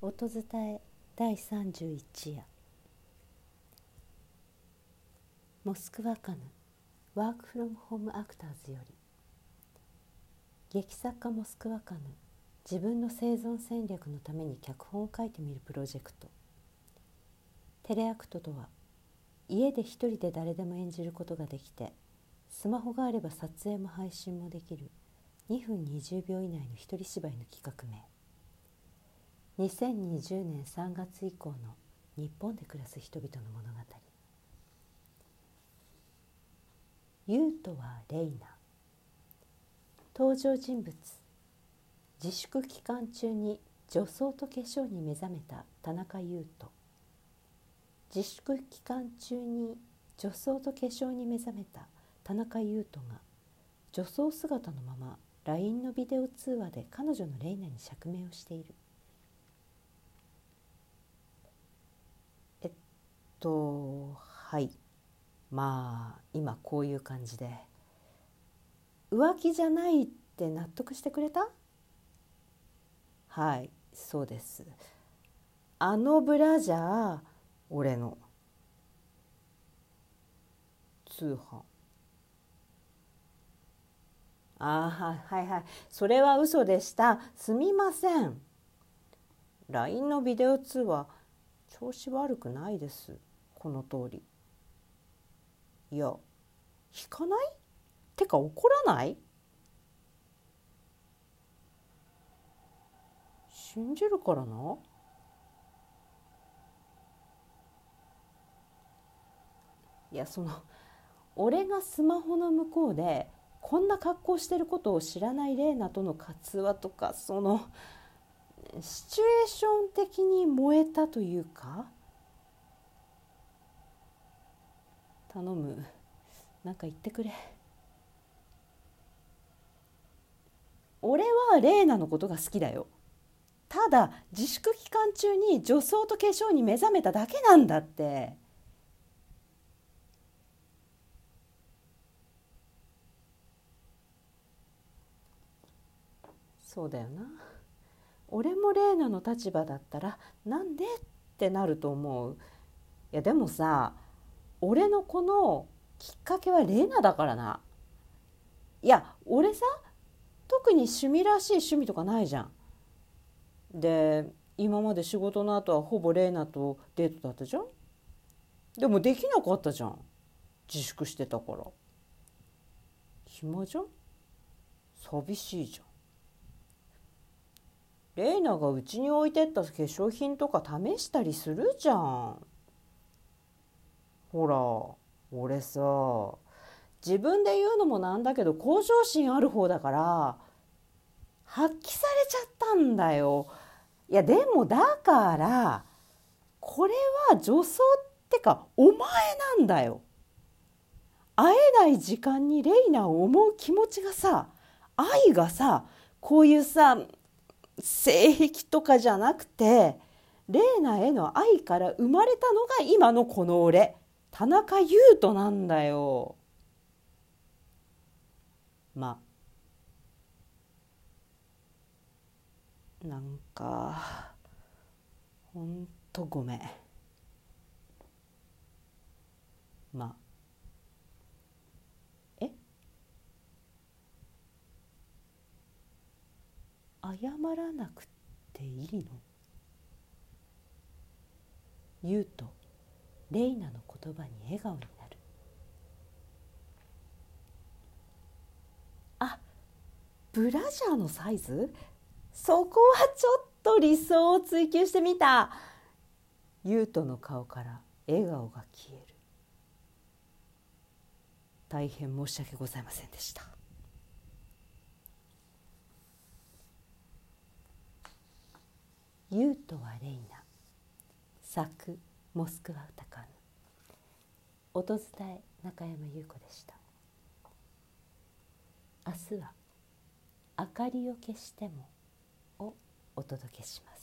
音伝え第31夜。モスクワカヌワークフロムホームアクターズより、劇作家モスクワカヌ自分の生存戦略のために脚本を書いてみるプロジェクト。テレアクトとは、家で一人で誰でも演じることができて、スマホがあれば撮影も配信もできる2分20秒以内の一人芝居の企画名。2020年3月以降の日本で暮らす人々の物語。ユートはレイナ。登場人物、自粛期間中に女装と化粧に目覚めた田中優斗。自粛期間中に女装と化粧に目覚めた田中優斗が女装姿のまま LINE のビデオ通話で彼女のレイナに釈明をしている。はい、まあ今こういう感じで浮気じゃないって納得してくれた？はい、そうです。あのブラジャー、俺の通販。はいはい、それは嘘でした。すみません。 LINE のビデオ通話調子悪くないです。この通り。いや、引かない？てか怒らない？信じるからな。いや、俺がスマホの向こうでこんな格好してることを知らないレイナとの通話とか、シチュエーション的に燃えたというか。頼む、なんか言ってくれ。俺はレイナのことが好きだよ。ただ自粛期間中に女装と化粧に目覚めただけなんだって。そうだよな。俺もレイナの立場だったらなんでってなると思う。いやでもさ、俺のこのきっかけはレイナだからな。いや俺さ、特に趣味らしい趣味とかないじゃん。で今まで仕事の後はほぼレイナとデートだったじゃん。でもできなかったじゃん、自粛してたから。暇じゃん、寂しいじゃん。レイナがうちに置いてった化粧品とか試したりするじゃん。ほら俺さ、自分で言うのもなんだけど向上心ある方だから発揮されちゃったんだよ。いやでもだからこれは女装ってかお前なんだよ。会えない時間にレイナを思う気持ちがさ、愛がさ、こういうさ性癖とかじゃなくてレイナへの愛から生まれたのが今のこの俺田中優斗なんだよ。なんかほんとごめん。え、謝らなくていいの？言うとレイナの言葉に笑顔になる。あ、ブラジャーのサイズ？そこはちょっと理想を追求してみた。ユウトの顔から笑顔が消える。大変申し訳ございませんでした。ユウトはレイナ。作モスクワ歌カヌ。音伝え中山優子でした。明日は明かりを消してもをお届けします。